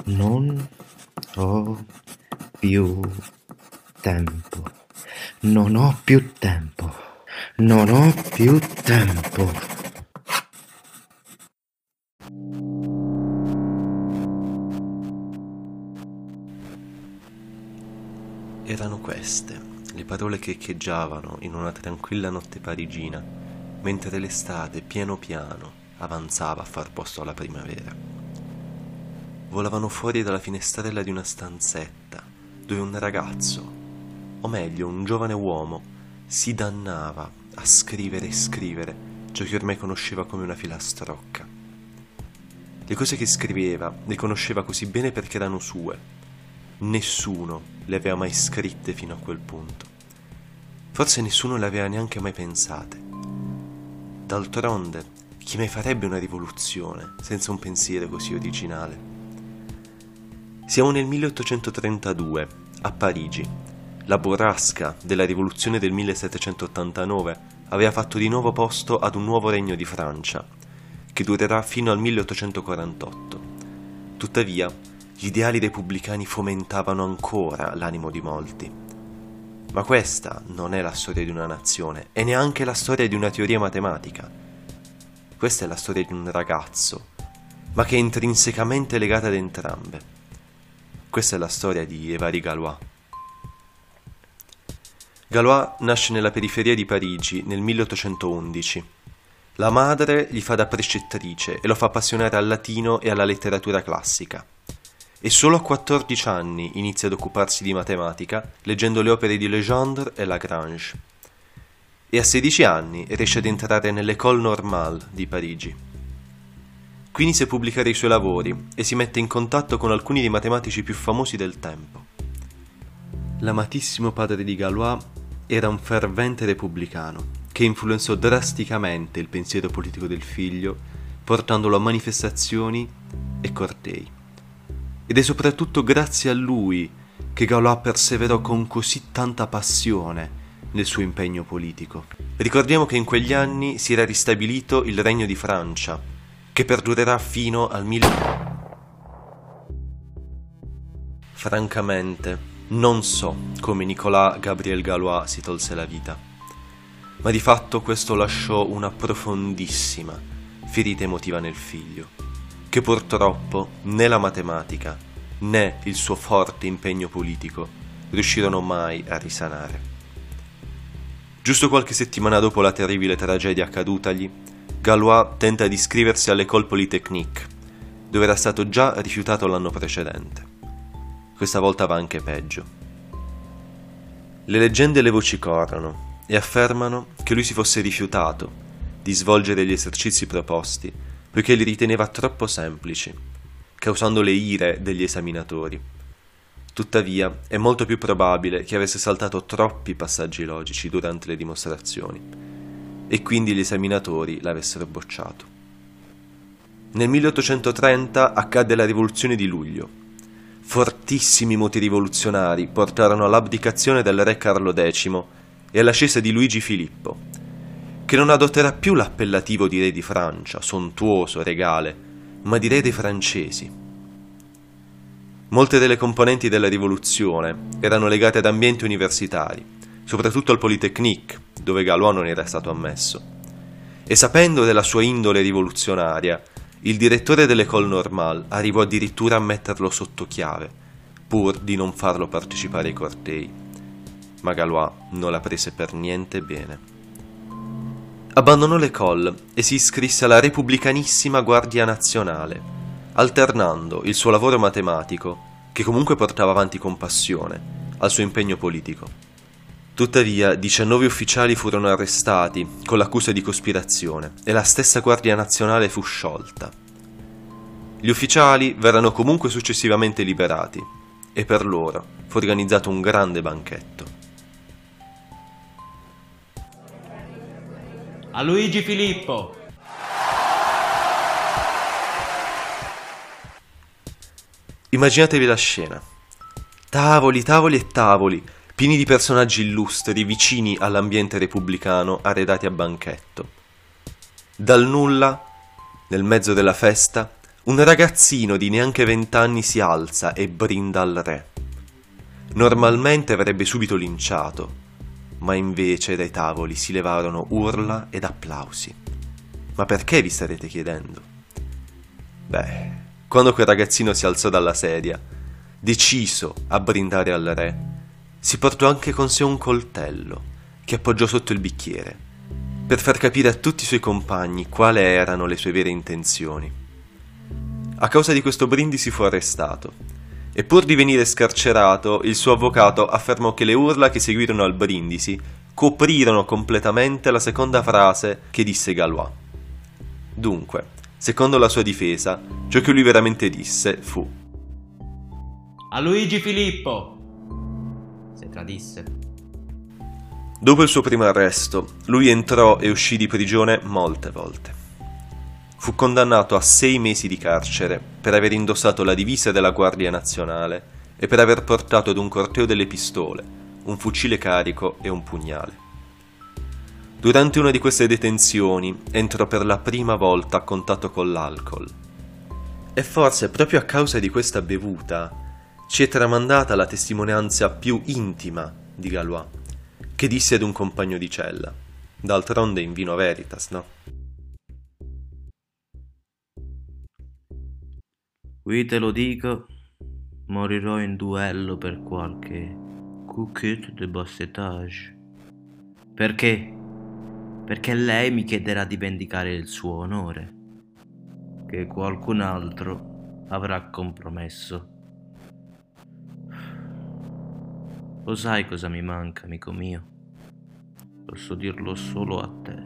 Non ho più tempo. Non ho più tempo. Non ho più tempo. Erano queste le parole che echeggiavano in una tranquilla notte parigina, mentre l'estate piano piano avanzava a far posto alla primavera. Volavano fuori dalla finestrella di una stanzetta dove un ragazzo, o meglio un giovane uomo, si dannava a scrivere e scrivere ciò che ormai conosceva come una filastrocca. Le cose che scriveva le conosceva così bene perché erano sue. Nessuno le aveva mai scritte fino a quel punto. Forse nessuno le aveva neanche mai pensate. D'altronde, chi mai farebbe una rivoluzione senza un pensiero così originale? Siamo nel 1832, a Parigi. La burrasca della rivoluzione del 1789 aveva fatto di nuovo posto ad un nuovo regno di Francia, che durerà fino al 1848. Tuttavia, gli ideali repubblicani fomentavano ancora l'animo di molti. Ma questa non è la storia di una nazione, e neanche la storia di una teoria matematica. Questa è la storia di un ragazzo, ma che è intrinsecamente legata ad entrambe. Questa è la storia di Évariste Galois. Galois nasce nella periferia di Parigi nel 1811. La madre gli fa da precettrice e lo fa appassionare al latino e alla letteratura classica. E solo a 14 anni inizia ad occuparsi di matematica, leggendo le opere di Legendre e Lagrange. E a 16 anni riesce ad entrare nell'École Normale di Parigi. Qui inizia a pubblicare i suoi lavori e si mette in contatto con alcuni dei matematici più famosi del tempo. L'amatissimo padre di Galois era un fervente repubblicano che influenzò drasticamente il pensiero politico del figlio, portandolo a manifestazioni e cortei. Ed è soprattutto grazie a lui che Galois perseverò con così tanta passione nel suo impegno politico. Ricordiamo che in quegli anni si era ristabilito il Regno di Francia, che perdurerà fino al Francamente, non so come Nicolas Gabriel Galois si tolse la vita, ma di fatto questo lasciò una profondissima ferita emotiva nel figlio, che purtroppo né la matematica né il suo forte impegno politico riuscirono mai a risanare. Giusto qualche settimana dopo la terribile tragedia accadutagli, Galois tenta di iscriversi all'École Polytechnique, dove era stato già rifiutato l'anno precedente. Questa volta va anche peggio. Le leggende e le voci corrono e affermano che lui si fosse rifiutato di svolgere gli esercizi proposti poiché li riteneva troppo semplici, causando le ire degli esaminatori. Tuttavia, è molto più probabile che avesse saltato troppi passaggi logici durante le dimostrazioni, e quindi gli esaminatori l'avessero bocciato. Nel 1830 accadde la rivoluzione di luglio. Fortissimi moti rivoluzionari portarono all'abdicazione del re Carlo X e all'ascesa di Luigi Filippo, che non adotterà più l'appellativo di re di Francia, sontuoso, regale, ma di re dei francesi. Molte delle componenti della rivoluzione erano legate ad ambienti universitari, soprattutto al Polytechnique, dove Galois non era stato ammesso. E sapendo della sua indole rivoluzionaria, il direttore dell'École Normale arrivò addirittura a metterlo sotto chiave, pur di non farlo partecipare ai cortei. Ma Galois non la prese per niente bene. Abbandonò l'École e si iscrisse alla Repubblicanissima Guardia Nazionale, alternando il suo lavoro matematico, che comunque portava avanti con passione, al suo impegno politico. Tuttavia, 19 ufficiali furono arrestati con l'accusa di cospirazione e la stessa Guardia Nazionale fu sciolta. Gli ufficiali verranno comunque successivamente liberati e per loro fu organizzato un grande banchetto. A Luigi Filippo! Immaginatevi la scena. Tavoli, tavoli e tavoli, pieni di personaggi illustri vicini all'ambiente repubblicano arredati a banchetto. Dal nulla, nel mezzo della festa, Un ragazzino di neanche 20 anni si alza e brinda al re. Normalmente avrebbe subito linciato, ma invece dai tavoli si levarono urla ed applausi. Ma perché, vi starete chiedendo? Beh, quando quel ragazzino si alzò dalla sedia, deciso a brindare al re, si portò anche con sé un coltello che appoggiò sotto il bicchiere, per far capire a tutti i suoi compagni quali erano le sue vere intenzioni. A causa di questo brindisi fu arrestato, e pur di venire scarcerato, il suo avvocato affermò che le urla che seguirono al brindisi coprirono completamente la seconda frase che disse Galois. Dunque, secondo la sua difesa, ciò che lui veramente disse fu: A Luigi Filippo! Se tradisse. Dopo il suo primo arresto, lui entrò e uscì di prigione molte volte. Fu condannato a 6 mesi di carcere per aver indossato la divisa della Guardia Nazionale e per aver portato ad un corteo delle pistole, un fucile carico e un pugnale. Durante una di queste detenzioni entrò per la prima volta a contatto con l'alcol. E forse proprio a causa di questa bevuta ci è tramandata la testimonianza più intima di Galois, che disse ad un compagno di cella. D'altronde in vino veritas, no? Qui te lo dico, morirò in duello per qualche couchet de bas étage. Perché? Perché lei mi chiederà di vendicare il suo onore, che qualcun altro avrà compromesso. Lo sai cosa mi manca, amico mio? Posso dirlo solo a te.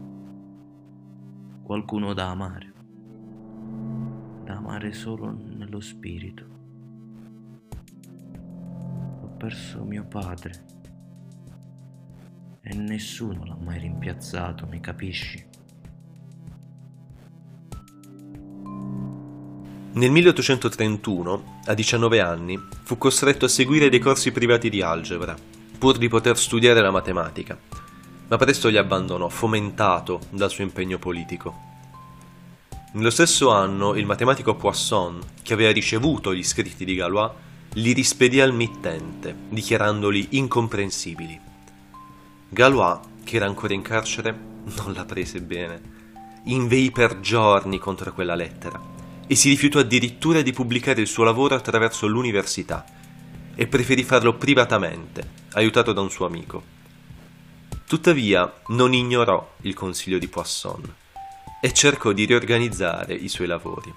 Qualcuno da amare solo nello spirito. Ho perso mio padre e nessuno l'ha mai rimpiazzato, mi capisci? Nel 1831, a 19 anni, fu costretto a seguire dei corsi privati di algebra, pur di poter studiare la matematica, ma presto li abbandonò, fomentato dal suo impegno politico. Nello stesso anno il matematico Poisson, che aveva ricevuto gli scritti di Galois, li rispedì al mittente, dichiarandoli incomprensibili. Galois, che era ancora in carcere, non la prese bene. Inveì per giorni contro quella lettera e si rifiutò addirittura di pubblicare il suo lavoro attraverso l'università e preferì farlo privatamente, aiutato da un suo amico. Tuttavia non ignorò il consiglio di Poisson e cercò di riorganizzare i suoi lavori.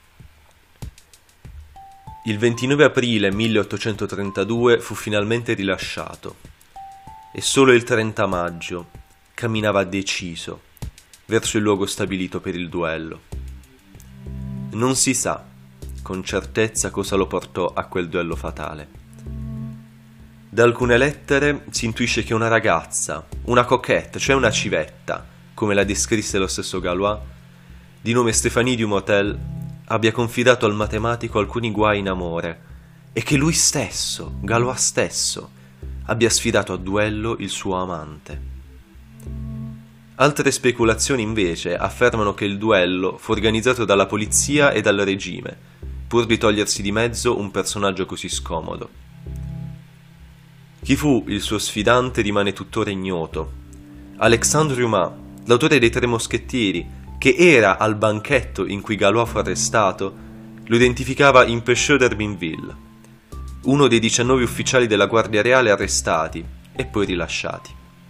Il 29 aprile 1832 fu finalmente rilasciato e solo il 30 maggio camminava deciso verso il luogo stabilito per il duello. Non si sa con certezza cosa lo portò a quel duello fatale. Da alcune lettere si intuisce che una ragazza, una coquette, cioè una civetta, come la descrisse lo stesso Galois, di nome Stéphanie Dumotel, abbia confidato al matematico alcuni guai in amore e che lui stesso, Galois stesso, abbia sfidato a duello il suo amante. Altre speculazioni invece affermano che il duello fu organizzato dalla polizia e dal regime, pur di togliersi di mezzo un personaggio così scomodo. Chi fu il suo sfidante rimane tuttora ignoto. Alexandre Dumas, l'autore dei Tre Moschettieri, che era al banchetto in cui Galois fu arrestato, lo identificava in Pécheux d'Herminville, uno dei 19 ufficiali della Guardia Reale arrestati e poi rilasciati.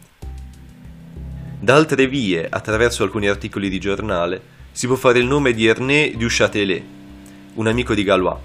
Da altre vie, attraverso alcuni articoli di giornale, si può fare il nome di Ernest du Châtelet, un amico di Galois.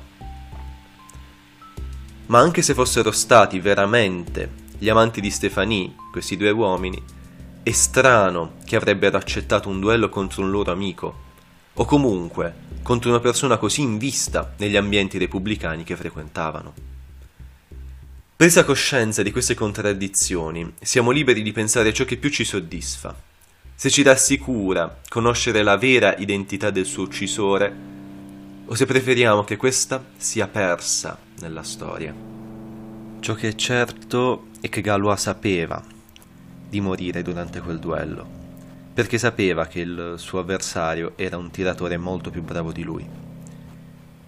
Ma anche se fossero stati veramente gli amanti di Stéphanie, questi due uomini, è strano che avrebbero accettato un duello contro un loro amico, o comunque contro una persona così in vista negli ambienti repubblicani che frequentavano. Presa coscienza di queste contraddizioni, siamo liberi di pensare ciò che più ci soddisfa. Se ci rassicura conoscere la vera identità del suo uccisore, o se preferiamo che questa sia persa nella storia. Ciò che è certo è che Galois sapeva di morire durante quel duello, perché sapeva che il suo avversario era un tiratore molto più bravo di lui.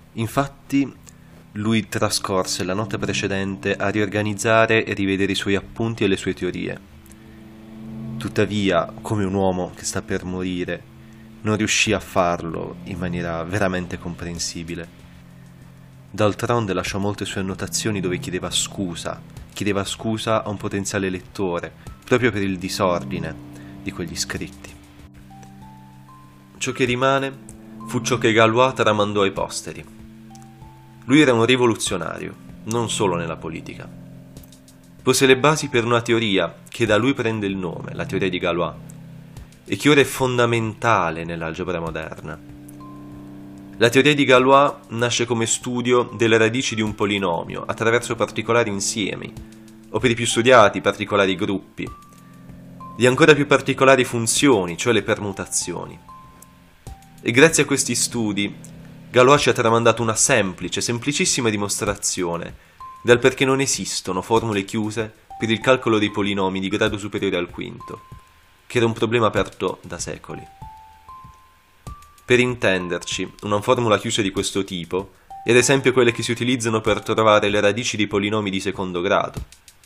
Infatti, lui trascorse la notte precedente a riorganizzare e rivedere i suoi appunti e le sue teorie. Tuttavia, come un uomo che sta per morire, non riuscì a farlo in maniera veramente comprensibile. D'altronde lasciò molte sue annotazioni dove chiedeva scusa a un potenziale lettore, proprio per il disordine di quegli scritti. Ciò che rimane fu ciò che Galois tramandò ai posteri. Lui era un rivoluzionario, non solo nella politica. Pose le basi per una teoria che da lui prende il nome, la teoria di Galois, e che ora è fondamentale nell'algebra moderna. La teoria di Galois nasce come studio delle radici di un polinomio attraverso particolari insiemi, o per i più studiati particolari gruppi, di ancora più particolari funzioni, cioè le permutazioni. E grazie a questi studi, Galois ci ha tramandato una semplicissima dimostrazione del perché non esistono formule chiuse per il calcolo dei polinomi di grado superiore al quinto, che era un problema aperto da secoli. Per intenderci, una formula chiusa di questo tipo è ad esempio quelle che si utilizzano per trovare le radici dei polinomi di secondo grado.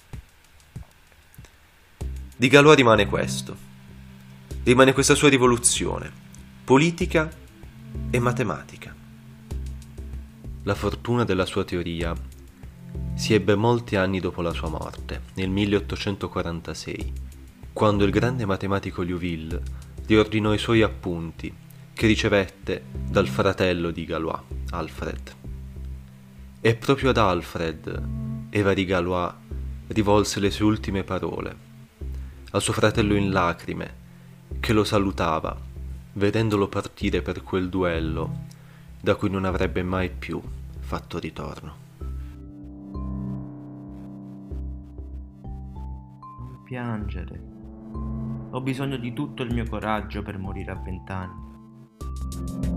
Di Galois rimane questo. Rimane questa sua rivoluzione, politica e matematica. La fortuna della sua teoria si ebbe molti anni dopo la sua morte, nel 1846, quando il grande matematico Liouville riordinò i suoi appunti che ricevette dal fratello di Galois, Alfred. E proprio ad Alfred Évariste Galois rivolse le sue ultime parole, al suo fratello in lacrime, che lo salutava, vedendolo partire per quel duello da cui non avrebbe mai più fatto ritorno. Non piangere. Ho bisogno di tutto il mio coraggio per morire a 20 anni.